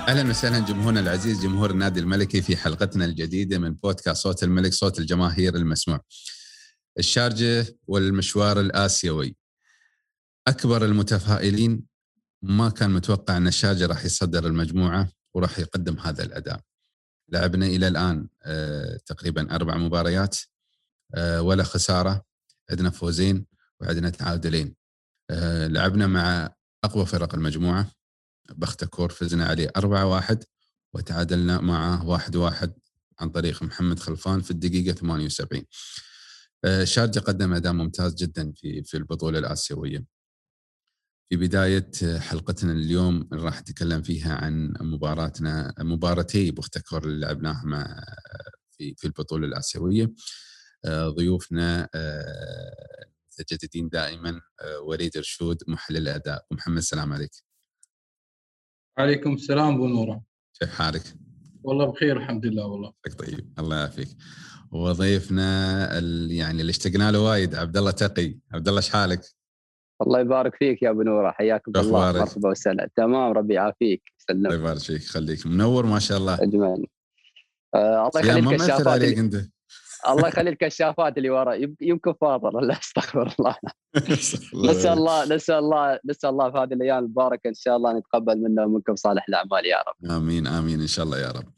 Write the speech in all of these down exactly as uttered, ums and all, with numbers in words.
أهلا وسهلا جمهورنا العزيز، جمهور النادي الملكي، في حلقتنا الجديدة من بودكاست صوت الملك، صوت الجماهير المسموع. الشارجة والمشوار الآسيوي. أكبر المتفائلين ما كان متوقع أن الشارجة راح يصدر المجموعة وراح يقدم هذا الأداء. لعبنا إلى الآن آه تقريبا أربع مباريات آه ولا خسارة، عندنا فوزين وعندنا تعادلين. آه لعبنا مع أقوى فرق المجموعة بختكور، فزنا عليه أربعة واحد وتعادلنا معه واحد واحد عن طريق محمد خلفان في الدقيقة ثمانية وسبعين. الشارجة قدم أداء ممتاز جدا في في البطولة الآسيوية. في بداية حلقتنا اليوم راح نتكلم فيها عن مباراتنا مباراتي بختكور اللي لعبناها مع في في البطولة الآسيوية. ضيوفنا متجددين دائما، وليد رشود محلل الأداء. محمد، السلام عليك. عليكم السلام ابو نوره، كيف حالك؟ والله بخير الحمد لله. والله طيب، الله يعافيك. وضيفنا يعني اللي اشتقنا له وايد، عبد الله تقي. عبد الله، ايش حالك؟ الله يبارك فيك يا ابو نوره، حياكم الله. مرحبا وسهلا. تمام، ربي يعافيك. سلم. الله يبارك فيك، خليك منور ما شاء الله. اجمل. آه الله يخلي الكشافات اللي... انت. الله يخلي الكشافات اللي ورا، يمكن فاضل. لا استغفر الله. نسال الله نسال الله نسال الله في هذه الايام المباركه ان شاء الله نتقبل منا ومنكم صالح الاعمال يا رب. امين امين ان شاء الله يا رب.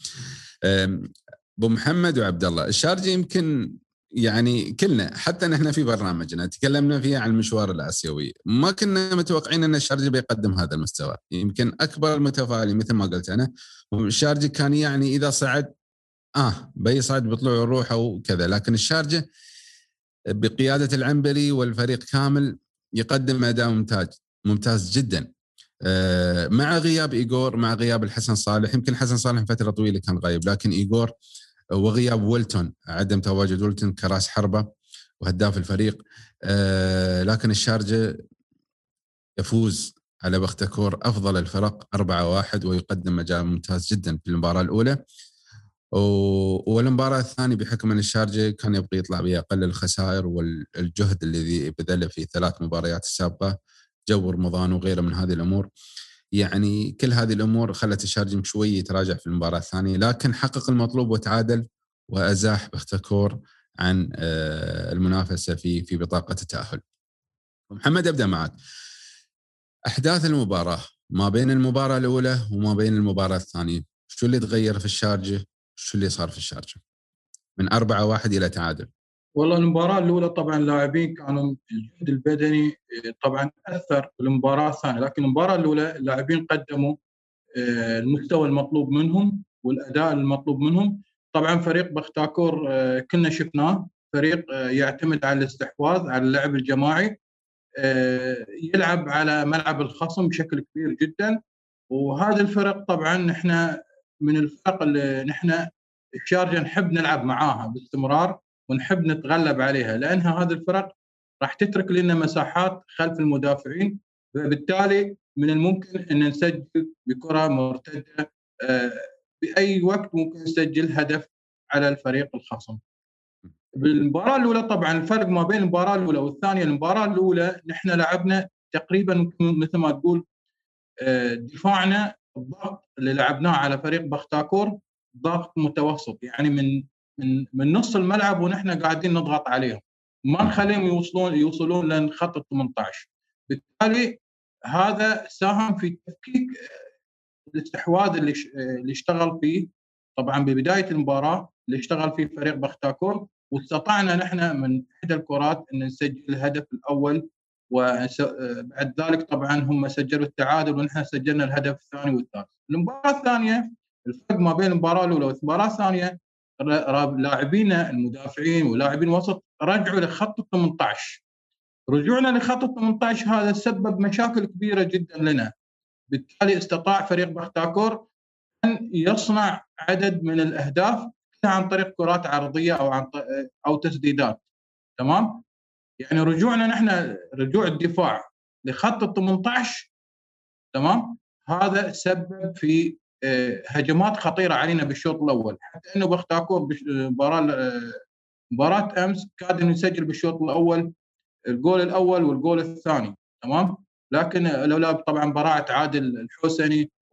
ابو محمد وعبد الله، الشارجة يمكن يعني كلنا حتى نحن في برنامجنا تكلمنا فيه عن المشوار الآسيوي، ما كنا متوقعين أن الشارجة بيقدم هذا المستوى. يمكن أكبر المتفائلين مثل ما قلت أنا، الشارجة كان يعني إذا صعد آه بيصعد بطلوع الروح أو كذا، لكن الشارجة بقيادة العنبري والفريق كامل يقدم أداء ممتاز ممتاز جدا. آه مع غياب إيغور، مع غياب الحسن صالح. يمكن حسن صالح فترة طويلة كان غايب، لكن إيغور وغياب ويلتون، عدم تواجد ويلتون كراس حربة وهداف الفريق. آه لكن الشارجة يفوز على بختكور أفضل الفرق أربعة واحد ويقدم مجال ممتاز جدا في المباراة الأولى. والمباراة الثانية بحكم أن الشارجة كان يبقى يطلع بأقل الخسائر والجهد الذي بذله في ثلاث مباريات السابقة، جو رمضان وغيره من هذه الأمور، يعني كل هذه الأمور خلت الشارجة شوي يتراجع في المباراة الثانية، لكن حقق المطلوب وتعادل وأزاح بختكور عن المنافسة في في بطاقة التأهل. محمد، أبدأ معك. أحداث المباراة ما بين المباراة الأولى وما بين المباراة الثانية، شو اللي تغير في الشارجة؟ شو اللي صار في الشارجة من أربعة واحد إلى تعادل؟ والله المباراة الأولى طبعا اللاعبين كانوا الجهد البدني طبعا أثر في المباراة الثانية، لكن المباراة الأولى اللاعبين قدموا المستوى المطلوب منهم والأداء المطلوب منهم. طبعا فريق بختكور كنا شفناه فريق يعتمد على الاستحواذ، على اللعب الجماعي، يلعب على ملعب الخصم بشكل كبير جدا. وهذا الفرق طبعا نحن من الفرق اللي نحن الشارجة نحب نلعب معاها باستمرار ونحب نتغلب عليها، لأنها هذه الفرق راح تترك لنا مساحات خلف المدافعين، فبالتالي من الممكن أن نسجل بكرة مرتدة بأي وقت، ممكن نسجل هدف على الفريق الخصم. بالمباراة الأولى طبعا الفرق ما بين المباراة الأولى والثانية، المباراة الأولى نحن لعبنا تقريبا مثل ما تقول دفاعنا الضغط اللي لعبناه على فريق بختكور ضغط متوسط، يعني من من من نص الملعب ونحن قاعدين نضغط عليهم، ما نخليهم يوصلون يوصلون لين خط ثمانية عشر. بالتالي هذا ساهم في تفكيك الاستحواذ اللي اللي اشتغل فيه طبعا ببدايه المباراه اللي اشتغل فيه فريق بختكور، واستطعنا نحن من احدى الكرات ان نسجل الهدف الاول، وبعد ذلك طبعا هم سجلوا التعادل ونحن سجلنا الهدف الثاني والثالث. المباراه الثانيه الفرق ما بين المباراه الاولى والمباراه الثانيه، لاعبينا المدافعين ولاعبين الوسط رجعوا لخط ثمانية عشر. رجوعنا لخط ثمانية عشر هذا سبب مشاكل كبيره جدا لنا، بالتالي استطاع فريق بختكور ان يصنع عدد من الاهداف عن طريق كرات عرضيه او عن او تسديدات. تمام، يعني رجوعنا نحن رجوع الدفاع لخط ثمانية عشر تمام، هذا سبب في هجمات خطيره علينا بالشوط الاول، حتى انه بختكور مباراه مباراه امس كاد انه يسجل بالشوط الاول الجول الاول والجول الثاني. تمام، لكن لولا طبعا براعه عادل الحسني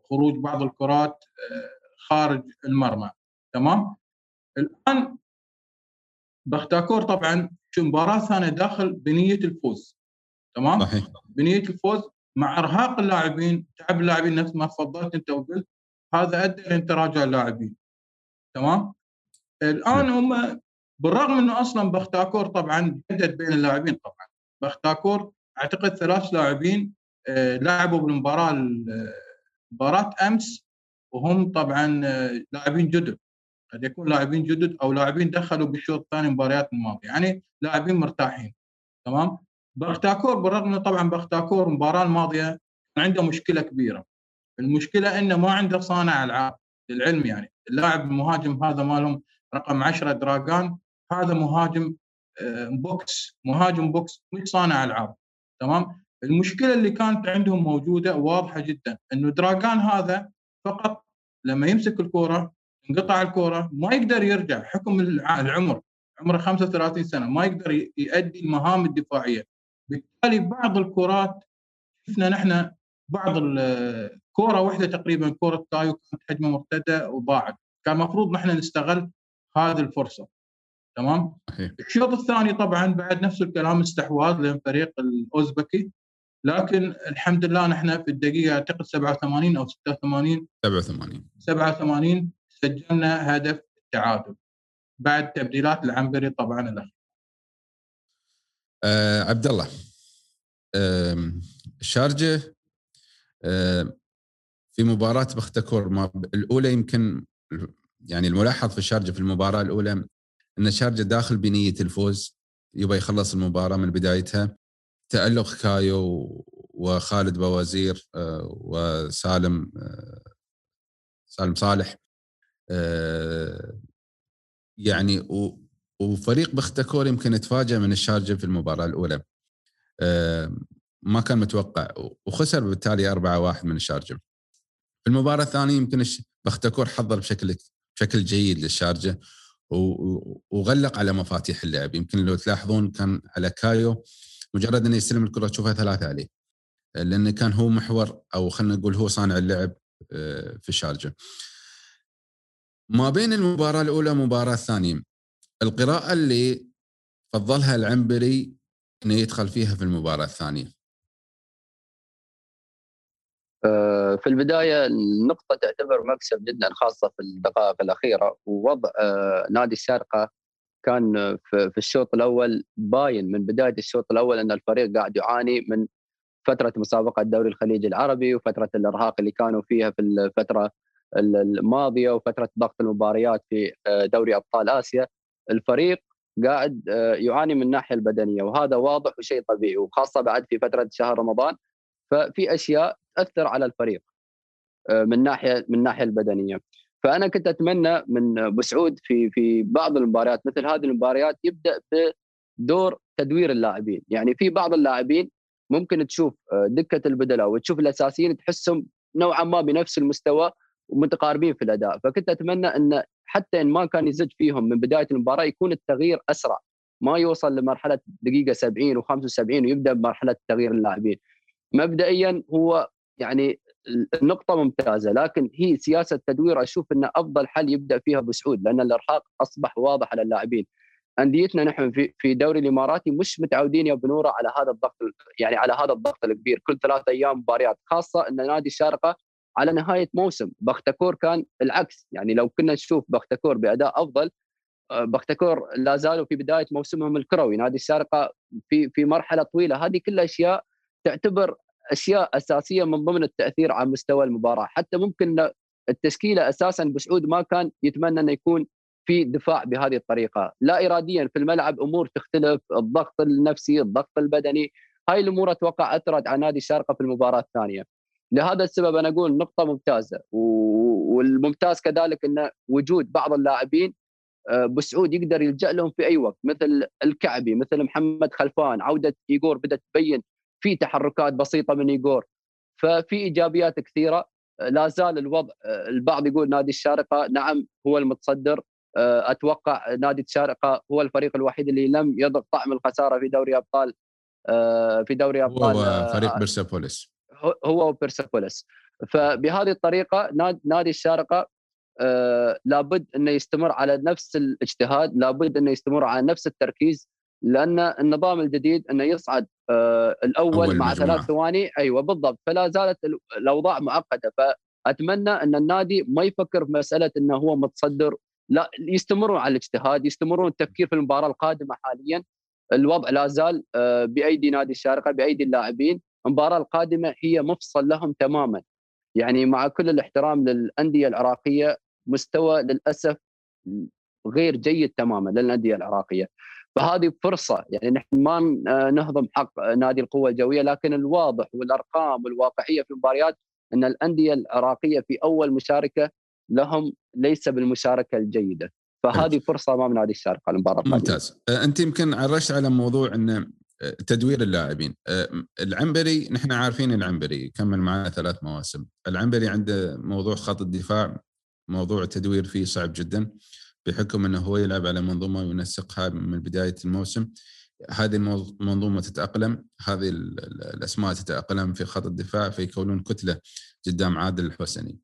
خروج بعض الكرات خارج المرمى. تمام. الآن بختاكور طبعا في مباراة ثانية داخل بنية الفوز. تمام. صحيح. بنية الفوز مع إرهاق اللاعبين، تعب اللاعبين نفس ما تفضلت أنت وقلت، هذا أدى إلى تراجع اللاعبين. تمام. الآن هم بالرغم أنه أصلا بختاكور طبعا جدد بين اللاعبين، طبعا بختاكور أعتقد ثلاث لاعبين لعبوا بالمباراة مباراة أمس وهم طبعا لاعبين جدد، قد يكون لاعبين جدد أو لاعبين دخلوا بالشوط الثاني مباريات الماضية، يعني لاعبين مرتاحين. تمام. بختاكور بالرغم أنه طبعا بختاكور المباراة الماضية عنده مشكلة كبيرة، المشكلة أنه ما عنده صانع ألعاب. للعلم يعني اللاعب المهاجم هذا مالهم رقم عشرة دراغان، هذا مهاجم بوكس، مهاجم بوكس مش صانع ألعاب. تمام. المشكلة اللي كانت عندهم موجودة واضحة جدا، أنه دراغان هذا فقط لما يمسك الكرة انقطع الكرة ما يقدر يرجع، حكم العمر، عمره خمسة وثلاثين سنة ما يقدر يؤدي المهام الدفاعية. بالتالي بعض الكرات شفنا نحن بعض الكرة واحدة تقريبا كرة تايو كانت هجمة مرتدة وضاعت، كان المفروض نحن نستغل هذه الفرصة. تمام. الشوط الثاني طبعا بعد نفس الكلام استحواذ لفريق الأوزبكي، لكن الحمد لله نحن في الدقيقة أعتقد سبعة وثمانين أو ستة وثمانين سبعة وثمانين سبعة وثمانين سجلنا هدف التعادل بعد تبديلات العنبري طبعا الأخير. أه عبد الله، أه الشارجة أه في مباراة بختاكور ما الأولى يمكن يعني الملاحظ في الشارجة في المباراة الأولى أن الشارجة داخل بنية الفوز، يبغى يخلص المباراة من بدايتها. تألق كايو وخالد بوازير أه وسالم أه سالم صالح أه يعني وفريق بختاكور يمكن تفاجأ من الشارجة في المباراة الأولى، أه ما كان متوقع وخسر بالتالي أربعة واحد من الشارجة. في المباراة الثانية يمكن بختاكور حضر بشكل بشكل جيد للشارجة وغلق على مفاتيح اللعب. يمكن لو تلاحظون كان على كايو مجرد أنه يستلم الكرة تشوفها ثلاثة عليه، لأنه كان هو محور أو خلنا نقول هو صانع اللعب في الشارجة. ما بين المباراة الأولى ومباراة الثانية القراءة اللي فضلها العنبري أنه يدخل فيها في المباراة الثانية. في البداية النقطة تعتبر مكسب جدا خاصة في الدقائق الأخيرة، ووضع نادي الشارقة كان في الشوط الأول باين من بداية الشوط الأول أن الفريق قاعد يعاني من فترة مسابقة الدوري الخليجي العربي وفترة الإرهاق اللي كانوا فيها في الفترة الماضية وفترة ضغط المباريات في دوري أبطال آسيا. الفريق قاعد يعاني من الناحية البدنية وهذا واضح وشيء طبيعي، وخاصة بعد في فترة شهر رمضان، ففي أشياء تأثر على الفريق من ناحية من الناحية البدنية. فأنا كنت أتمنى من بوسعود في في بعض المباريات مثل هذه المباريات يبدأ بدور تدوير اللاعبين. يعني في بعض اللاعبين ممكن تشوف دكة البدلاء وتشوف الأساسيين تحسهم نوعا ما بنفس المستوى ومتقاربين في الأداء، فكنت أتمنى أن حتى إن ما كان يزج فيهم من بداية المباراة يكون التغيير أسرع، ما يوصل لمرحلة دقيقة سبعين وخمسة وسبعين ويبدأ بمرحلة تغيير اللاعبين. مبدئيا هو يعني النقطة ممتازة، لكن هي سياسة تدوير أشوف أن أفضل حل يبدأ فيها بوسعود، لأن الإرهاق أصبح واضح على اللاعبين. أنديتنا نحن في في الدوري الإماراتي مش متعودين يا بنورة على هذا الضغط، يعني على هذا الضغط الكبير كل ثلاثة أيام مباريات، خاصة أن نادي الشارقة على نهاية موسم. بختاكور كان العكس، يعني لو كنا نشوف بختاكور بأداء أفضل، بختاكور لا زالوا في بداية موسمهم الكروي، نادي الشارقة في في مرحلة طويلة. هذه كل أشياء تعتبر أشياء أساسية من ضمن التأثير على مستوى المباراة. حتى ممكن التشكيلة أساساً بسعود ما كان يتمنى أن يكون في دفاع بهذه الطريقة، لا إرادياً في الملعب أمور تختلف، الضغط النفسي، الضغط البدني، هاي الأمور أتوقع أثرت على نادي الشارقة في المباراة الثانية. لهذا السبب أنا أقول نقطة ممتازة، والممتاز كذلك أن وجود بعض اللاعبين بسعود يقدر يلجأ لهم في أي وقت، مثل الكعبي، مثل محمد خلفان، عودة إيغور بدأت تبين في تحركات بسيطة من إيغور، ففي إيجابيات كثيرة. لا زال الوضع البعض يقول نادي الشارقة نعم هو المتصدر، أتوقع نادي الشارقة هو الفريق الوحيد اللي لم يذق طعم الخسارة في دوري أبطال في دوري أبطال هو فريق بيرسيبوليس هو بيرسيبوليس فبهذه الطريقه نادي الشارقه آه لابد انه يستمر على نفس الاجتهاد، لابد انه يستمر على نفس التركيز، لان النظام الجديد انه يصعد آه الاول مع مجموعة. ثلاث ثواني. ايوه بالضبط، فلا زالت الاوضاع معقده. فاتمنى ان النادي ما يفكر بمساله انه هو متصدر، لا، يستمرون على الاجتهاد، يستمرون التفكير في المباراه القادمه. حاليا الوضع لا زال آه بايدي نادي الشارقه، بايدي اللاعبين. المباراه القادمه هي مفصل لهم تماما. يعني مع كل الاحترام للانديه العراقيه، مستوى للاسف غير جيد تماما للانديه العراقيه. فهذه فرصه، يعني نحن ما نهضم حق نادي القوه الجويه، لكن الواضح والارقام والواقعيه في المباريات ان الانديه العراقيه في اول مشاركه لهم ليس بالمشاركه الجيده. فهذه فرصه امام نادي الشارقه المباراه القادمه. ممتاز. انت يمكن عرجت على موضوع ان تدوير اللاعبين. العنبري نحن عارفين العنبري كمل معنا ثلاث مواسم. العنبري عنده موضوع خط الدفاع، موضوع التدوير فيه صعب جدا بحكم انه هو يلعب على منظومه وينسقها من بدايه الموسم. هذه المنظومه تتاقلم، هذه الاسماء تتاقلم في خط الدفاع فيكونون كتله قدام عادل الحسني.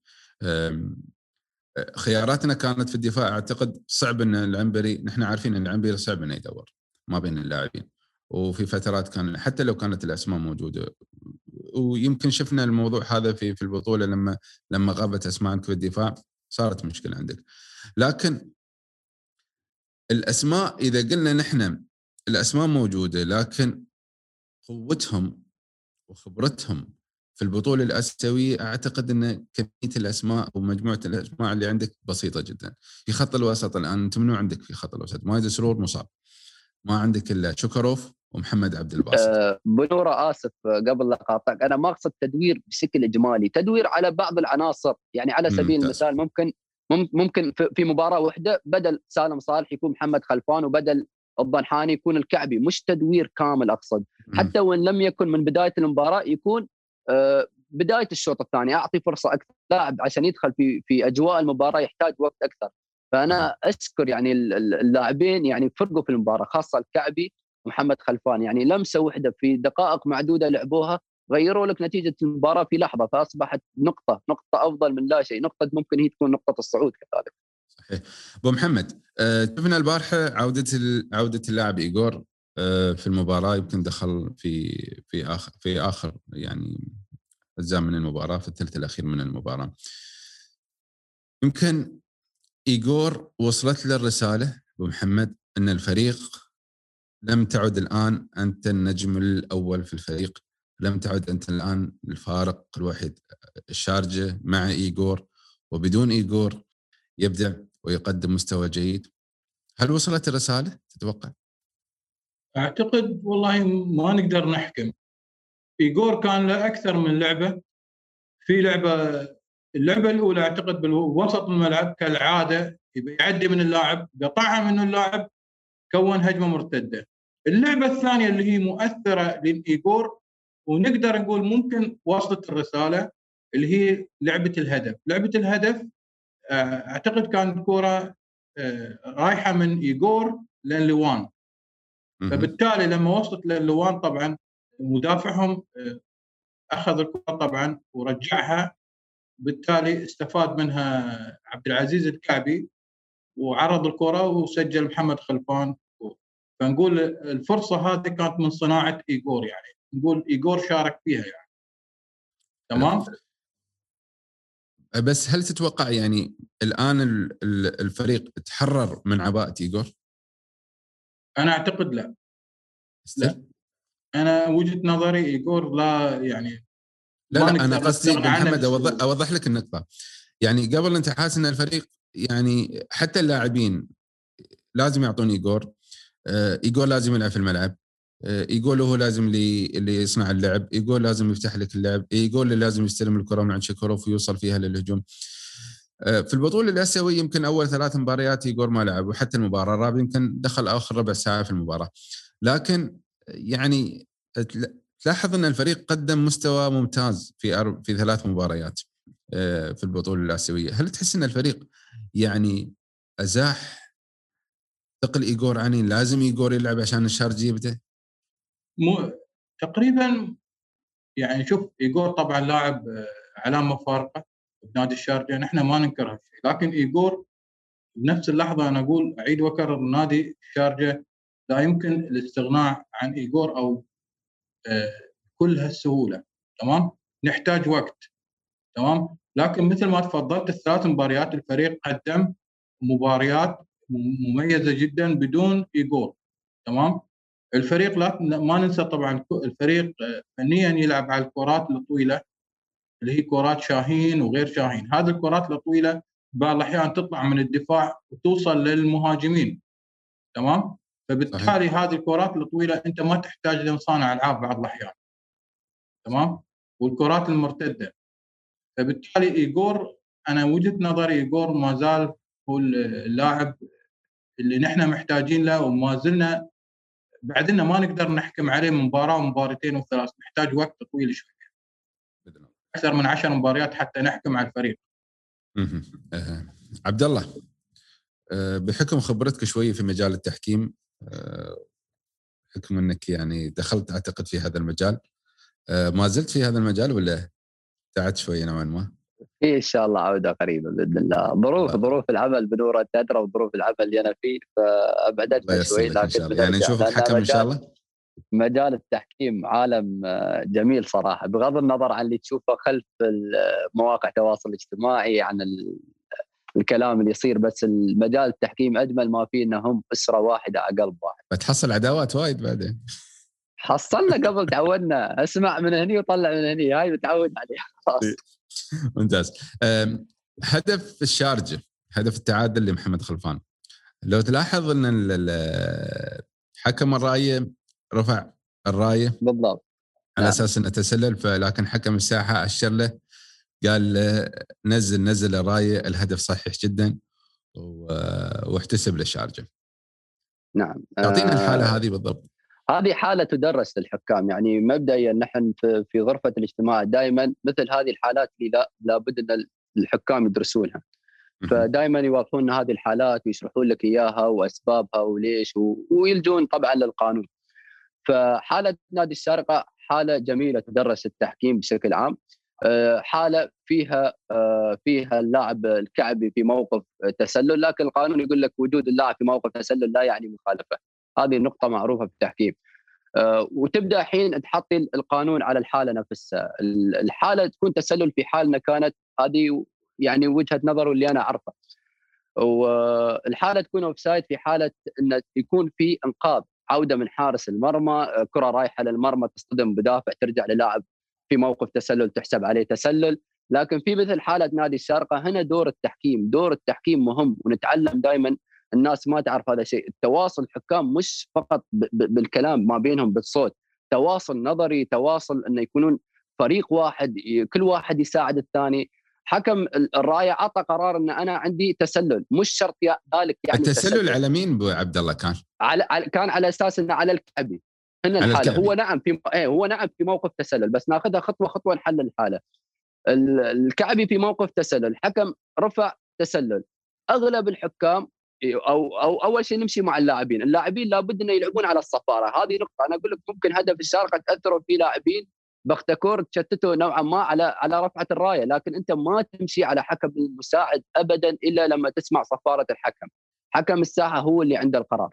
خياراتنا كانت في الدفاع، اعتقد صعب ان العنبري، نحن عارفين ان العنبري صعب انه يدور ما بين اللاعبين، وفي فترات كان حتى لو كانت الاسماء موجوده، ويمكن شفنا الموضوع هذا في في البطوله لما لما غابت اسماء في الدفاع صارت مشكله عندك. لكن الاسماء اذا قلنا نحن الاسماء موجوده، لكن قوتهم وخبرتهم في البطوله الاسيويه اعتقد ان كميه الاسماء ومجموعه الاسماء اللي عندك بسيطه جدا. في خط الوسط الان انت منو عندك في خط الوسط؟ مايد سرور مصاب، ما عندك الا شوكروف ومحمد عبد الباسط. أه بنورة آسف قبل لا أقاطعك، أنا ما أقصد تدوير بشكل إجمالي، تدوير على بعض العناصر. يعني على سبيل المثال ممكن ممكن في مباراة واحدة بدل سالم صالح يكون محمد خلفان، وبدل الضنحاني يكون الكعبي. مش تدوير كامل أقصد، حتى وإن لم يكن من بداية المباراة يكون أه بداية الشوط الثاني، أعطي فرصة أكثر لاعب عشان يدخل في في أجواء المباراة، يحتاج وقت أكثر. فأنا أشكر يعني اللاعبين يعني فرقوا في المباراة، خاصة الكعبي محمد خلفان، يعني لمسه واحده في دقائق معدوده لعبوها غيروا لك نتيجه المباراه في لحظه، فاصبحت نقطه نقطه افضل من لا شيء، نقطه ممكن هي تكون نقطه الصعود كذلك. صحيح. ابو محمد، شفنا البارحه عوده عوده اللاعب ايغور في المباراه، يمكن دخل في في اخر في اخر يعني اجزاء من المباراه، في الثلث الاخير من المباراه. يمكن ايغور وصلت له الرساله ابو محمد ان الفريق لم تعد الآن أنت النجم الأول في الفريق، لم تعد أنت الآن الفارق الوحيد. الشارجة مع إيغور وبدون إيغور يبدع ويقدم مستوى جيد. هل وصلت الرسالة تتوقع؟ أعتقد والله ما نقدر نحكم. إيغور كان له أكثر من لعبة. في لعبة اللعبة الأولى أعتقد بالوسط الملعب كالعادة يعدي من اللاعب، قطعها من اللاعب، كون هجمة مرتدة. اللعبة الثانية اللي هي مؤثرة للإيغور ونقدر نقول ممكن وصلت الرسالة، اللي هي لعبة الهدف. لعبة الهدف أعتقد كانت كرة رايحة من إيغور للوان، فبالتالي لما وصلت للوان طبعا مدافعهم أخذ الكرة طبعا ورجعها، بالتالي استفاد منها عبد العزيز الكعبي وعرض الكرة وسجل محمد خلفان. فنقول الفرصة هذه كانت من صناعة إيغور، يعني نقول إيغور شارك فيها يعني. تمام. بس هل تتوقع يعني الآن الفريق تحرر من عباءة إيغور؟ أنا أعتقد لا. لا أنا وجهة نظري إيغور لا يعني لا لا أنا قصدي محمد أوضح, أوضح لك النقطة. يعني قبل أنت حاسس أن الفريق يعني حتى اللاعبين لازم يعطون إيغور، إيغور لازم يلعب في الملعب، إيغور هو لازم اللي اللي يصنع اللعب، إيغور لازم يفتح لك اللعب، إيغور اللي لازم يستلم الكرة من عند شكروف ويوصل فيها للهجوم. في البطولة الآسيوية يمكن أول ثلاث مباريات إيغور ما لعب، وحتى المباراة الرابعة يمكن دخل آخر ربع ساعة في المباراة. لكن يعني تلاحظ أن الفريق قدم مستوى ممتاز في في ثلاث مباريات في البطولة الآسيوية. هل تحس أن الفريق يعني أزاح ثقل إيغور عني، لازم إيغور يلعب عشان الشارجي يبدأ؟ مو تقريبا يعني. شوف إيغور طبعا لاعب علامه فارقه بنادي الشارجه، نحن ما ننكر هالشيء، لكن ايغور بنفس اللحظه انا اقول اعيد واكرر نادي الشارجه لا يمكن الاستغناء عن ايغور او آه كل هالسهوله. تمام، نحتاج وقت. تمام، لكن مثل ما تفضلت الثلاث مباريات الفريق قدم مباريات مميزه جدا بدون ايغور. تمام، الفريق لا ما ننسى طبعا الفريق فنيا يلعب على الكرات الطويله اللي هي كرات شاهين وغير شاهين. هذه الكرات الطويله بعض الاحيان تطلع من الدفاع وتوصل للمهاجمين. تمام، فبالتالي صحيح. هذه الكرات الطويله انت ما تحتاج لمصانع العاب بعض الاحيان. تمام، والكرات المرتده. فبالتالي ايغور انا وجهه نظري ايغور ما زال هو اللاعب اللي نحن محتاجين له، وما زلنا بعدنا ما نقدر نحكم عليه من مباراه ومباراتين وثلاث، نحتاج وقت طويل شويه اكثر من عشر مباريات حتى نحكم على الفريق. أه. عبد الله، أه بحكم خبرتك شوي في مجال التحكيم، أه حكم انك يعني دخلت اعتقد في هذا المجال، أه ما زلت في هذا المجال ولا ابتعدت شوي نوعا ما؟ ان شاء الله عوده قريبه باذن الله. ظروف ظروف العمل بنور تدرى، وظروف العمل اللي انا فيه فابعدتنا شوي، لكن يعني نشوفك حكم ان شاء الله. مجال التحكيم عالم جميل صراحه، بغض النظر عن اللي تشوفه خلف مواقع التواصل الاجتماعي عن الكلام اللي يصير، بس المجال التحكيم اجمل ما فيه انهم اسره واحده على قلب واحد. بتحصل عداوات وايد بعدين. حصلنا قبل، تعودنا اسمع من هني وطلع من هني، هاي متعود عليها خلاص. ممتاز. هدف الشارجه، هدف التعادل لمحمد خلفان، لو تلاحظ ان حكم الرايه رفع الرايه بالضبط على اساس انه تسلل، فلكن حكم الساحه اشر له قال له نزل نزل الرايه، الهدف صحيح جدا واحتسب للشارجه. نعم، تعطينا الحاله هذه بالضبط. هذه حالة تدرس للحكام، يعني مبدئيا نحن في غرفة الاجتماع دائما مثل هذه الحالات اللي لا لابد ان الحكام يدرسونها، فدائما يوضحون هذه الحالات ويشرحون لك اياها واسبابها وليش، ويلجون طبعا للقانون. فحالة نادي الشارقة حالة جميلة تدرس التحكيم بشكل عام، حالة فيها فيها اللاعب الكعبي في موقف تسلل، لكن القانون يقول لك وجود اللاعب في موقف تسلل لا يعني مخالفة. هذه النقطة معروفة في التحكيم. أه وتبدأ حين تحطي القانون على الحالة نفسها، الحالة تكون تسلل في حالنا كانت هذه يعني وجهة نظر اللي أنا أعرفه، والحالة تكون أوفسايد في حالة أن يكون في إنقاذ، عودة من حارس المرمى، كرة رايحة للمرمى تصطدم بدافع ترجع للاعب في موقف تسلل تحسب عليه تسلل. لكن في مثل حالة نادي الشارقة هنا دور التحكيم، دور التحكيم مهم، ونتعلم دائما. الناس ما تعرف هذا الشيء، التواصل الحكام مش فقط بالكلام ما بينهم بالصوت، تواصل نظري، تواصل انه يكونون فريق واحد، كل واحد يساعد الثاني. حكم الرايه اعطى قرار ان انا عندي تسلل، مش شرط ذلك يعني التسلل تسلل. على مين ابو عبد الله؟ كان على كان على اساس انه على الكعبي. هنا الحاله الكعبي. هو نعم في ايه هو نعم في موقف تسلل، بس ناخذها خطوه خطوه نحلل الحاله. الكعبي في موقف تسلل، الحكم رفع تسلل. اغلب الحكام او او اول شيء نمشي مع اللاعبين، اللاعبين لابد انه يلعبون على الصفاره، هذه نقطه. انا اقول لك ممكن هدف الشارقه تاثروا في لاعبين بختكور تشتتوا نوعا ما على على رفعه الرايه، لكن انت ما تمشي على حكم المساعد ابدا الا لما تسمع صفاره الحكم. حكم الساحه هو اللي عنده القرار.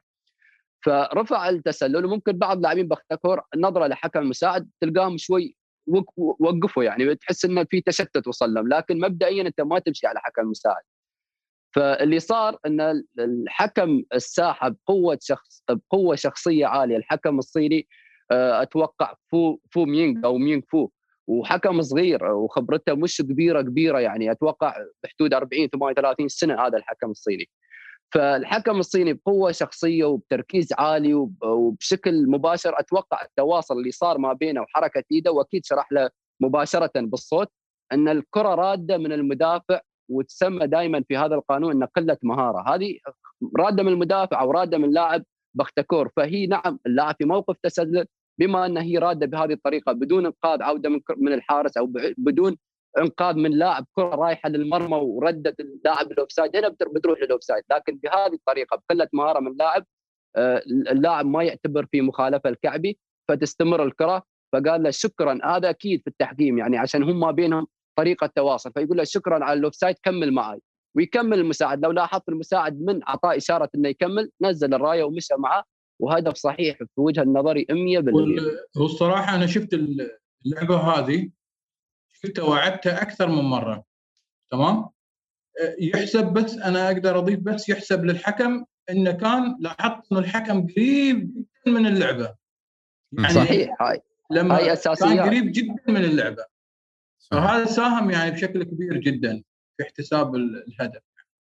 فرفع التسلل، وممكن بعض لاعبين بختكور نظره لحكم المساعد تلقاهم شوي وقفوا، يعني تحس انه في تشتت وصل لهم، لكن مبدئيا انت ما تمشي على حكم المساعد. فاللي صار ان الحكم الساحه بقوه شخص بقوه شخصيه عاليه، الحكم الصيني اتوقع فو فو مينغ او مينغ فو، وحكم صغير وخبرته مش كبيره كبيره، يعني اتوقع بحدود أربعين ثمانية وثلاثين سنه هذا الحكم الصيني. فالحكم الصيني بقوه شخصيه وبتركيز عالي وبشكل مباشر، اتوقع التواصل اللي صار ما بينه وحركه ايده، واكيد شرح له مباشره بالصوت ان الكره راده من المدافع، وتسمى دائما في هذا القانون ان قله مهاره، هذه راده من المدافع او راده من لاعب بختكور. فهي نعم اللاعب في موقف تسلل، بما ان هي راده بهذه الطريقه بدون انقاذ عوده من من الحارس او بدون انقاذ من لاعب، كره رايحه للمرمى وردت اللاعب للاوفسايد، هنا بتروح للاوفسايد. لكن بهذه الطريقه بقله مهاره من لاعب، اللاعب ما يعتبر في مخالفه الكعبي، فتستمر الكره. فقال له شكرا، هذا اكيد في التحكيم يعني عشان هم ما بينهم طريقه تواصل، فيقول له شكرا على الاوفسايد كمل معي، ويكمل المساعد. لو لاحظت المساعد من اعطاه اشاره انه يكمل نزل الرايه ومشى معه، وهدف صحيح في وجه النظري مية بالمية. والصراحه انا شفت اللعبه هذه، شفتها وعدتها اكثر من مره. تمام، يحسب، بس انا اقدر اضيف بس يحسب للحكم انه كان لاحظت انه الحكم قريب جدا من اللعبه. يعني صحيح، هاي لما هاي كان قريب جدا من اللعبه، فهذا ساهم يعني بشكل كبير جدا في احتساب الهدف.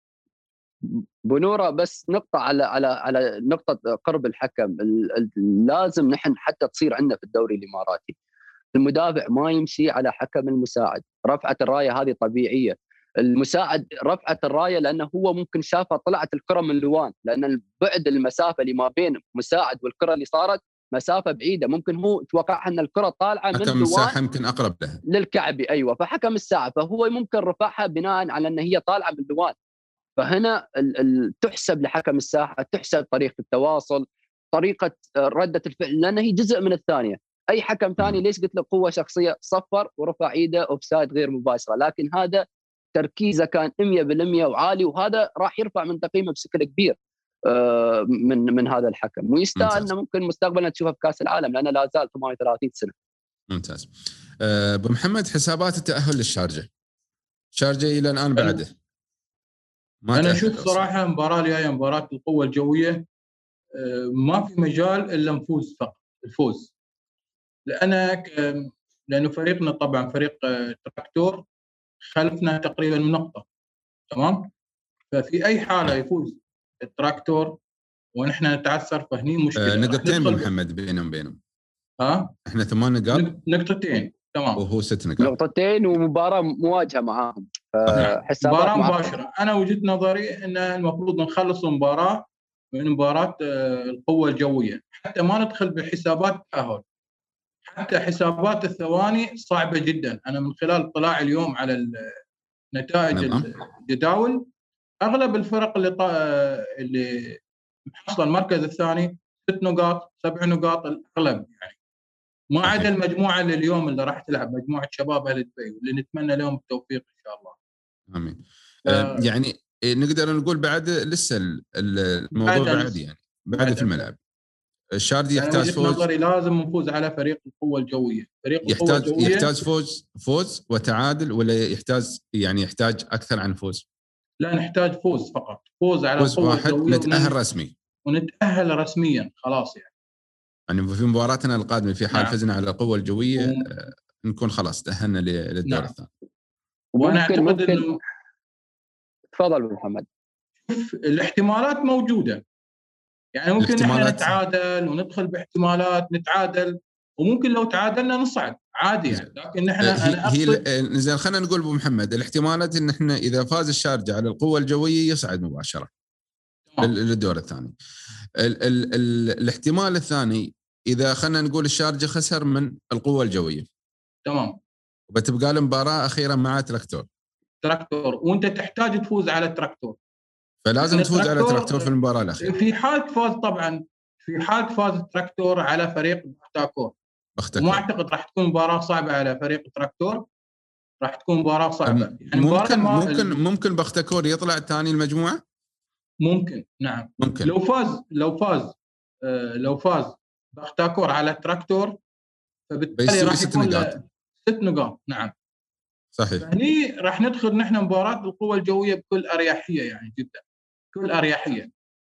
بنورة بس نقطة على على على نقطة قرب الحكم، لازم نحن حتى تصير عندنا في الدوري الإماراتي المدافع ما يمشي على حكم المساعد. رفعة الراية هذه طبيعية، المساعد رفعت الراية لأنه هو ممكن شافها طلعت الكرة من لوان، لأن البعد المسافة اللي ما بين مساعد والكرة اللي صارت مسافة بعيدة، ممكن هو توقع أن الكرة طالعة من حكم الساحة يمكن أقرب لها للكعبي. أيوة، فحكم الساعة فهو ممكن رفعها بناء على أن هي طالعة من لوان. فهنا ال ال تحسب لحكم الساحة، تحسب طريقة التواصل، طريقة ردة الفعل، لأن هي جزء من الثانية. أي حكم ثاني ليش قلت له قوة شخصية صفر ورفع إيده أوفسايد غير مباشرة، لكن هذا تركيزه كان مية بالمية وعالي، وهذا راح يرفع من تقييمه بشكل كبير من من هذا الحكم، ويستاهل أنه ممكن مستقبلا تشوفه في كأس العالم لأنه لا زال ثمانية وثلاثين سنة. ممتاز. أبو محمد، حسابات التأهل للشارجة، شارجة إلى الآن بعده ما أنا أشوف صراحة المباراة الجاية مباراة القوة الجوية ما في مجال إلا نفوز فقط، الفوز، لأنك لأنه فريقنا طبعا فريق تراكتور خلفنا تقريبا نقطة. تمام، ففي أي حالة يفوز التراكتور ونحن نتعثر فهني مشكلة. آه نقطتين محمد بينهم بينهم ها احنا ثمان نقاط، نقطتين تمام، وهو ست نقاط، نقطتين ومباراة مواجهة معاهم، مباراة مباشرة. أنا وجهة نظري أن المفروض نخلص المباراة من مباراة القوة الجوية حتى ما ندخل بحسابات التأهل. حتى حسابات الثواني صعبة جدا. أنا من خلال اطلاعي اليوم على نتائج الجداول، أغلب الفرق اللي طا... اللي محصلة المركز الثاني ست نقاط سبع نقاط الأغلب يعني، ما عدا المجموعة اللي اليوم اللي راح تلعب مجموعة شباب أهل دبي، واللي نتمنى لهم التوفيق إن شاء الله. آمين. آه يعني نقدر نقول بعد لسه الموضوع بعد, بعد يعني بعد, بعد في الملعب. الشاردي يحتاج فوز. نظري لازم نفوز على فريق القوة الجوية. فريق يحتاج القوة الجوية يحتاج فوز فوز وتعادل، ولا يحتاج يعني يحتاج أكثر عن فوز؟ لا، نحتاج فوز فقط، فوز على فوز القوة واحد الجوية نتأهل رسمي ونتأهل رسميا خلاص يعني. يعني في مباراتنا القادمة في حال نعم. فزنا على القوة الجوية و... نكون خلاص تأهلنا للدور نعم. الثاني. وأنا أعتقد ممكن... إنه تفضل محمد. الاحتمالات موجودة يعني، ممكن نحن نتعادل وندخل باحتمالات نتعادل، وممكن لو تعادلنا نصعد عادي يعني. لكن نحن أنا أقصد هي زين خلينا نقول أبو محمد الاحتمالات إن إحنا إذا فاز الشارجة على القوة الجوية يصعد مباشرة للدور الثاني. ال ال ال الاحتمال الثاني إذا خلينا نقول الشارجة خسر من القوة الجوية، تمام، وبتبقى المباراة أخيرا مع تراكتور تراكتور وأنت تحتاج تفوز على تراكتور، فلازم يعني تفوز على تراكتور في المباراة الأخيرة. في حال فاز طبعا في حال فاز تراكتور على فريق بختاكور، وما أعتقد راح تكون مباراة صعبة على فريق تراكتور، راح تكون مباراة صعبة يعني. ممكن ممكن ممكن بختاكور يطلع ثاني المجموعة، ممكن نعم ممكن. لو فاز لو فاز آه لو فاز بختاكور على تراكتور فبالتالي راح يكون ست نقاط. نعم صحيح. يعني راح ندخل نحن مباراة القوة الجوية بكل أريحية يعني، جدا كل أريحية.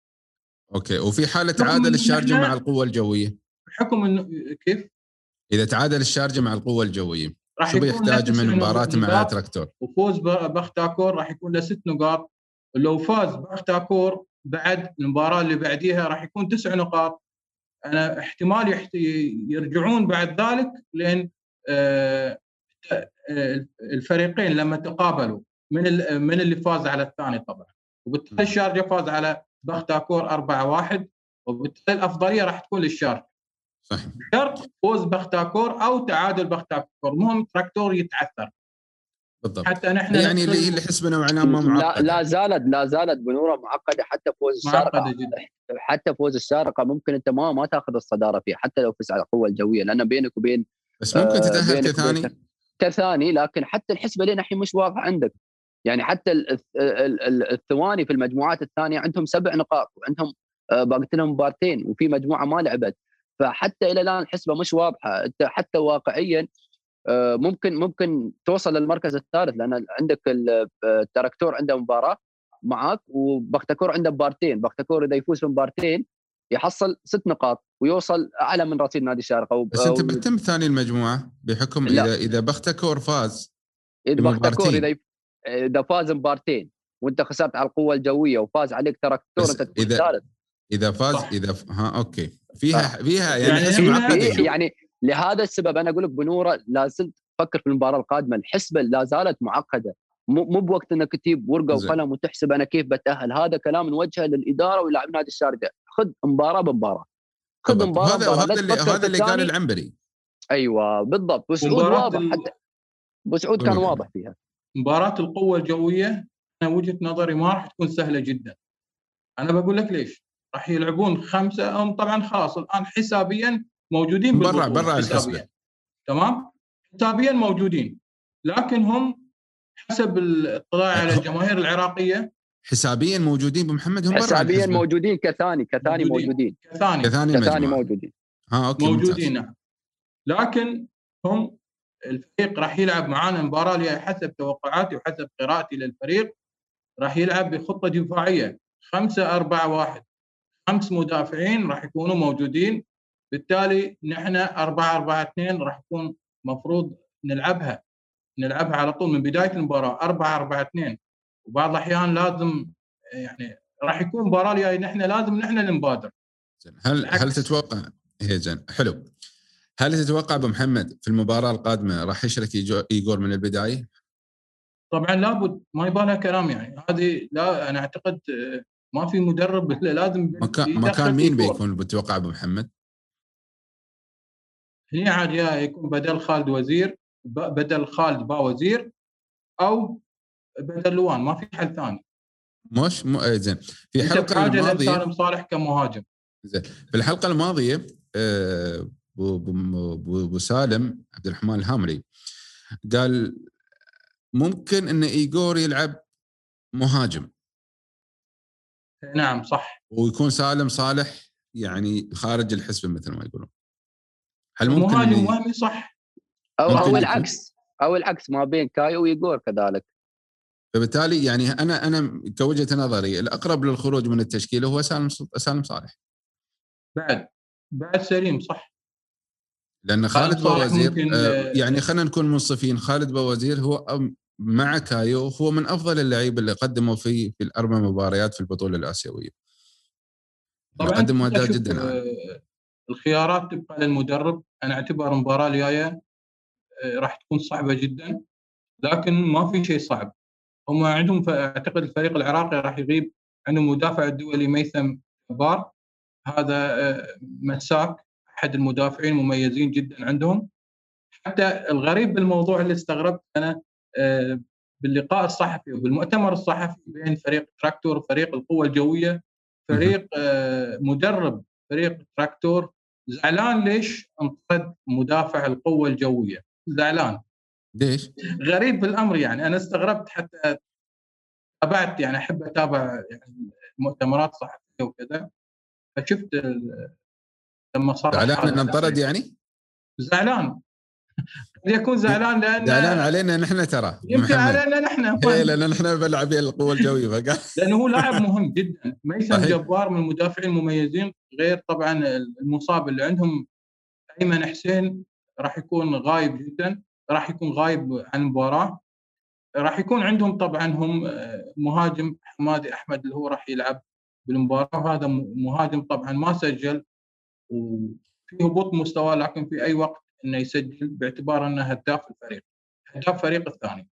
اوكي، وفي حالة تعادل الشارجة مع القوة الجوية، بحكم انه كيف اذا تعادل الشارجة مع القوة الجوية شو بيحتاج من مباراة مع تراكتور؟ وفوز بختاكور راح يكون له ست نقاط، ولو فاز بختاكور بعد المباراة اللي بعديها راح يكون تسع نقاط. انا احتمال يحت... يرجعون بعد ذلك، لان الفريقين لما تقابلوا من من اللي فاز على الثاني طبعا، وبالتالي الشارجة فاز على بختاكور أربعة واحد، وبالتالي الأفضلية راح تكون للشارجة. صحيح. شرط فوز بختاكور أو تعادل بختاكور، مهم تراكتور يتعثر. بالضبط. حتى نحن يعني اللي اللي حسبنا وعناه ما معقدة. لا, لا زالت لا زالت بنورة معقدة. حتى فوز الشارقة حتى فوز الشارقة ممكن أنت ما ما تأخذ الصدارة فيه حتى لو فز على القوة الجوية، لأن بينك وبين بس ممكن آه تتأهل كثاني. كثاني، لكن حتى الحسبه لين الحين مش واضحه عندك. يعني حتى الثواني في المجموعات الثانيه عندهم سبع نقاط وعندهم باقي لهم مبارتين وفي مجموعه ما لعبت، فحتى الى الان الحسبه مش واضحه. انت حتى واقعيا ممكن ممكن توصل للمركز الثالث، لان عندك التراكتور عنده مباراه معاك وبختكور عنده مبارتين. بختكور اذا يفوز في مبارتين يحصل ست نقاط ويوصل اعلى من رصيد نادي الشارقه. بس انت بتتم ثاني المجموعه بحكم لا. اذا اذا بختكور فاز اذا بختكور اذا اذا فاز مبارتين وانت خسرت على القوه الجويه وفاز عليك تراكتور انت تكون ثالث. اذا فاز صح. اذا ف... ها اوكي فيها فيها يعني حسب معقده. يعني لهذا السبب انا اقول لك بنوره لازلت تفكر في المباراه القادمه. الحسبه لا زالت معقده، مو بوقت انك تجيب ورقه وقلم وتحسب انا كيف بتاهل. هذا كلام نوجهه للاداره ولاعب نادي الشارقه. خذ مباراه بمباراه، خذ مباراه هذا هذا اللي هذا اللي قال العنبري. ايوه بالضبط. بسعود واضح ال... حتى بسعود كان واضح فيها. مباراه القوه الجويه انا وجهه نظري ما راح تكون سهله جدا. انا بقول لك ليش. راح يلعبون خمسه هم طبعا خلاص الان حسابيا موجودين برا برا الحسبه، تمام، حسابيا موجودين، لكن هم حسب الاطلاع على الجماهير العراقيه حسابيا موجودين بمحمد. هم حسابيا موجودين كثاني كثاني موجودين كثاني كثاني, كثاني موجودين ها اوكي موجودين نعم. لكن هم الفريق راح يلعب معانا مباراه اللي حسب توقعاتي وحسب قراءتي للفريق راح يلعب بخطه دفاعيه خمسة أربعة واحد. خمس مدافعين راح يكونوا موجودين، بالتالي نحن أربعة أربعة اثنين راح يكون مفروض نلعبها نلعبها على طول من بدايه المباراه أربعة أربعة اثنين. وبعض الاحيان لازم يعني راح يكون مباراه اللي نحن لازم نحن نبادر. هل هل تتوقع هي زين حلو هل تتوقع ابو محمد في المباراه القادمه راح يشارك ايغور من البدايه؟ طبعا لابد، ما يبغى لها كلام يعني. هذه لا انا اعتقد ما في مدرب لازم مكان مكان مين بيكون بتوقع ابو محمد؟ هي عاد يكون بدل خالد وزير بدل خالد با وزير او بدل لوان، ما في حل ثاني. مش م... زين في الحلقه الماضيه سالم صالح كمهاجم. زين في الحلقه الماضيه أه... ابو سالم عبد الرحمن الهامري قال ممكن ان ايغور يلعب مهاجم. نعم صح. ويكون سالم صالح يعني خارج الحسبه مثل ما يقولون. هل ممكن مهاجم وهمي صح او او العكس او العكس ما بين كايو وإيغور كذلك. فبالتالي يعني انا انا كوجهه نظري الاقرب للخروج من التشكيله هو سالم سالم صالح. بعد بعد سليم صح. لان خالد بوزير آه يعني خلينا نكون منصفين، خالد بوزير هو مع كايو هو من افضل اللعيبه اللي قدموا في في الاربع مباريات في البطوله الاسيويه. طبعا قدم اداء جدا عالي. الخيارات تبقى للمدرب. انا اعتبر المباراه الجايه راح تكون صعبه جدا، لكن ما في شيء صعب. هم عندهم اعتقد الفريق العراقي راح يغيب عندهم مدافع الدولي ميثم بار، هذا مساك احد المدافعين مميزين جدا عندهم. حتى الغريب بالموضوع اللي استغربت انا باللقاء الصحفي وبالمؤتمر الصحفي بين فريق تراكتور وفريق القوه الجويه، فريق مدرب فريق تراكتور زعلان ليش انطرد مدافع القوه الجويه. زعلان ليش؟ غريب بالامر يعني. انا استغربت حتى تابعت يعني احب اتابع يعني المؤتمرات الصحفيه وكذا، فشفت لما صار زعلان ان انطرد يعني؟ زعلان يكون زعلان لان زعلان علينا نحن ترى يمكن علينا نحن ايه لان نحن بنلعب القوه الجويه فقال لانه هو لاعب مهم جدا. ميثم جبار من المدافعين المميزين، غير طبعا المصاب اللي عندهم ايمن حسين راح يكون غايب جدا، راح يكون غايب عن المباراه. راح يكون عندهم طبعا هم مهاجم حمادي احمد اللي هو راح يلعب بالمباراه، وهذا مهاجم طبعا ما سجل وفي هبوط مستوى، لكن في اي وقت انه يسجل باعتبار انه هداف الفريق هداف فريق الثاني.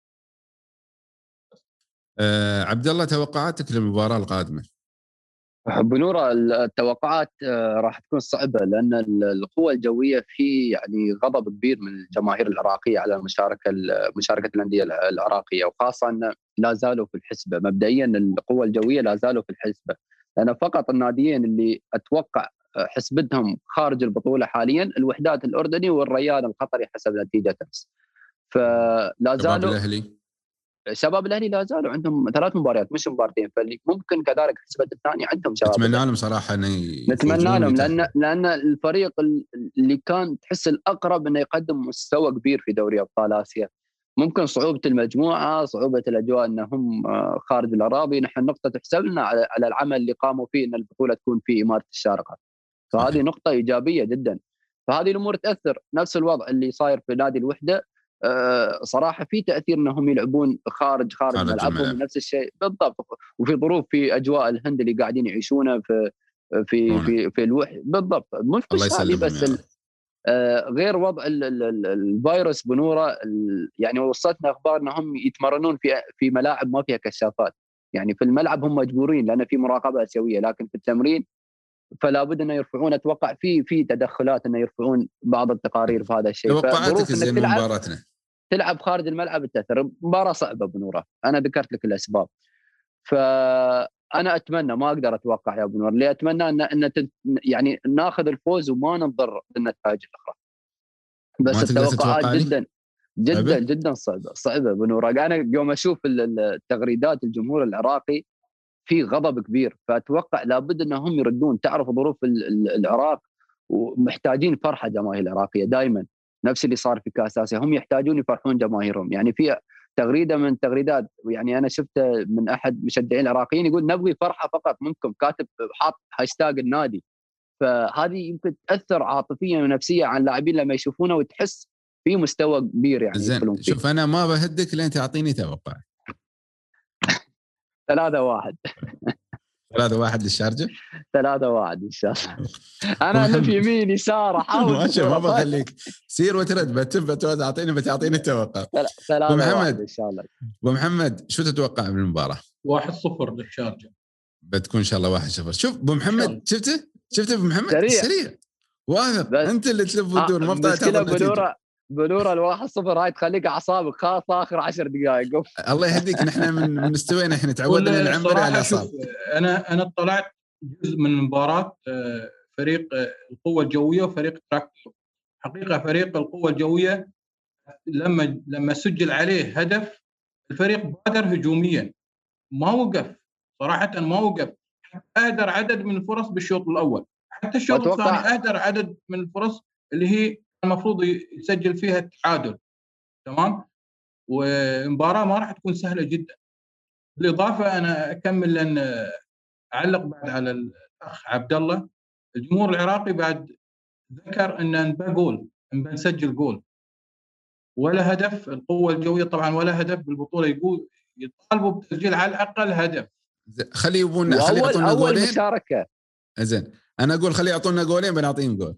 أه عبد الله توقعاتك للمباراه القادمه؟ بنورة التوقعات راح تكون صعبه لان القوه الجويه في يعني غضب كبير من الجماهير العراقيه على المشاركه مشاركه الانديه العراقيه، وخاصه ان لا زالوا في الحسبه. مبدئيا القوه الجويه لا زالوا في الحسبه، لان فقط الناديين اللي اتوقع حسبتهم خارج البطوله حاليا الوحدات الاردني والريان القطري حسب نتيجه امس. فلا زالوا شباب الأهلي شباب الأهلي لا زالوا عندهم ثلاث مباريات مش مباراتين، فاللي ممكن كذلك الحسبة الثانية عندهم شباب. نتمنى لهم صراحة أن نتمنى لهم لأن لأن الفريق اللي كان تحس الأقرب إنه يقدم مستوى كبير في دوري أبطال آسيا. ممكن صعوبة المجموعة، صعوبة الأجواء أنهم خارج الأراضي، نحن نقطة تحسب لنا على على العمل اللي قاموا فيه أن البطولة تكون في إمارة الشارقة، فهذه نقطة إيجابية جدا. فهذه الأمور تأثر. نفس الوضع اللي صاير في نادي الوحدة، أه صراحة في تأثير أنهم يلعبون خارج خارج, خارج ملعبهم، نفس الشيء بالضبط. وفي ظروف في أجواء الهند اللي قاعدين يعيشونها في في في في الوحدة بالضبط. مش مش هذه بس ال... آه غير وضع ال ال ال الفيروس بنورة. يعني وصلتنا أخبار أنهم يتمرنون في في ملاعب ما فيها كشافات. يعني في الملعب هم مجبورين لأن في مراقبة آسيوية، لكن في التمرين فلا بد أنه يرفعون. أتوقع في في تدخلات أنه يرفعون بعض التقارير في هذا الشيء. توقعاتك زي من مباراتنا تلعب خارج الملعب التأثير مباراة صعبة بنورة. أنا ذكرت لك الأسباب. فأنا أتمنى، ما أقدر أتوقع يا بنور، اللي أتمنى أن أن يعني ناخذ الفوز وما ننظر للنتائج الأخرى. بس التوقعات جدا جدا جدا صعبة صعبة بنورة. أنا يوم أشوف التغريدات الجمهور العراقي في غضب كبير، فأتوقع لابد أنهم يردون. تعرف ظروف العراق ومحتاجين فرحة جماهير العراقية دائما، نفس اللي صار في كأس آسيا، هم يحتاجون يفرحون جماهيرهم. يعني في تغريدة من تغريدات يعني أنا شفت من أحد مشجعين العراقيين يقول نبغي فرحة فقط منكم، كاتب حاط هاشتاج النادي. فهذه يمكن تأثر عاطفيا ونفسيا على اللاعبين لما يشوفونه، وتحس في مستوى كبير. يعني زين شوف أنا ما بهدك لين تعطيني توقع. ثلاثة واحد ثلاثة واحد للشارجة. ثلاثة واحد إن شاء الله. أنا ألف يمين يسار أحاول. ماشي ما بخليك سير وترد بتب بتعطيني بتعطيني التوقع. ثلاثة واحد إن شاء الله. أبو محمد شو تتوقع من المباراة؟ واحد صفر للشارجة. بتكون إن شاء الله واحد صفر. شوف أبو محمد شفته شفته أبو محمد سريع, سريع. واثق أنت اللي تلف وتدور. ما بطلع تعطي النتيجة. بلورة الواحد صفر هاي تخليك أعصابك خاصة آخر عشر دقائق. الله يهديك. نحن من من استوينا إحنا تعودنا نعمر على الأعصاب. أنا أنا اطلعت جزء من مباراة فريق القوة الجوية وفريق تراكتور. حقيقة فريق القوة الجوية لما لما سجل عليه هدف الفريق بادر هجوميا، ما وقف صراحة، ما وقف. أهدر عدد من الفرص بالشوط الأول، حتى الشوط الثاني أهدر عدد من الفرص اللي هي المفروض يسجل فيها التعادل. تمام. ومباراة ما راح تكون سهلة جدا. بالإضافة أنا أكمل لأن أعلق بعد على الأخ عبد الله. الجمهور العراقي بعد ذكر أن نبى جول، نبى نسجل جول ولا هدف. القوة الجوية طبعا ولا هدف بالبطولة، يقول يطالبوا بتسجيل على الأقل هدف. خلي يبون خلي يعطونا جولين. أول مشاركة. زين أنا أقول خلي يعطونا جولين بنعطيهم جول.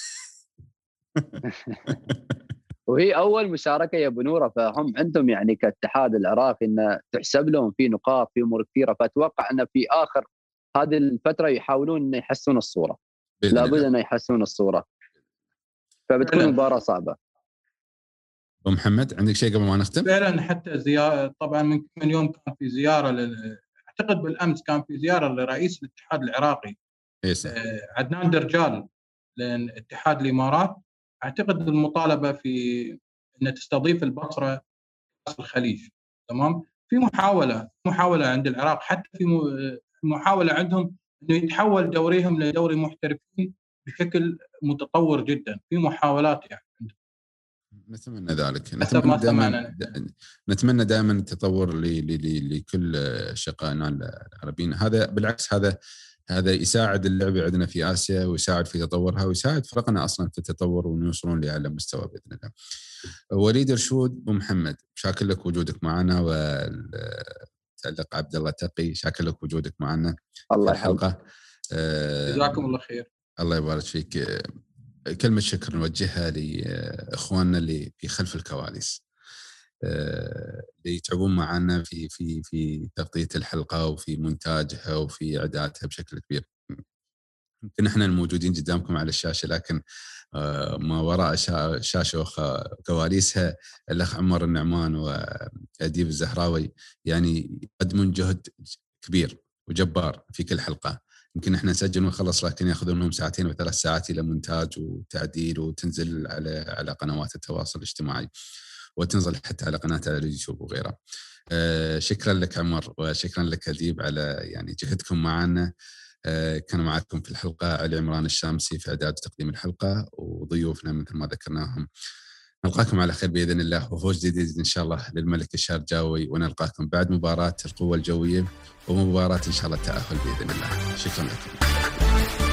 وهي أول مشاركة يا بنورة، فهم عندهم يعني كاتحاد العراقي إن تحسب لهم في نقاط في أمور كثيرة. فأتوقع أن في آخر هذه الفترة يحاولون أن يحسنون الصورة، لابد أن يحسنون الصورة، فبتكون مباراة صعبة. أبو محمد عندك شيء قبل ما نختم؟ فعلا حتى زيارة طبعا من كم يوم كان في زيارة لل... أعتقد بالأمس كان في زيارة لرئيس الاتحاد العراقي آه عدنان درجال لاتحاد الإمارات. أعتقد المطالبة في أن تستضيف البصرة كأس الخليج. تمام. في محاولة محاولة عند العراق، حتى في محاولة عندهم أنه يتحول دوريهم لدوري محترفين بشكل متطور جدا. في محاولات يعني. نتمنى ذلك. نتمنى دائما نتمنى دائما التطور لكل شقائنا العربيين. هذا بالعكس هذا هذا يساعد اللعبة عندنا في آسيا، ويساعد في تطورها، ويساعد فرقنا أصلا في التطور ونوصلون لأعلى مستوى بإذن الله. وليد رشود أبو محمد شاكر لك وجودك معنا، وتعلق عبد الله تقي شاكر لك وجودك معنا الله في الحلقة. جزاكم الله خير. الله يبارك فيك. كلمة شكر نوجهها لإخواننا اللي في خلف الكواليس اللي يتعبون معنا في في في تغطية الحلقة وفي مونتاجها وفي إعدادها بشكل كبير. يمكن احنا الموجودين قدامكم على الشاشة، لكن ما وراء الشاشة وكواليسها الأخ عمر النعمان وأديب الزهراوي يعني يقدمون جهد كبير وجبار في كل حلقة. يمكن احنا نسجل ونخلص، لكن ياخذون لهم ساعتين وثلاث ساعات الى مونتاج وتعديل وتنزل على على قنوات التواصل الاجتماعي. وتنزل حتى على قناة على اليوتيوب وغيرها. آه شكرا لك عمر، وشكرا لك أديب على يعني جهدكم معنا. آه كانوا معكم في الحلقة علي عمران الشامسي في إعداد وتقديم الحلقة، وضيوفنا مثل ما ذكرناهم. نلقاكم على خير بإذن الله، وفوز جديد إن شاء الله للملك الشارجاوي، ونلقاكم بعد مباراة القوة الجوية ومباراة إن شاء الله التأهل بإذن الله. شكرا لكم.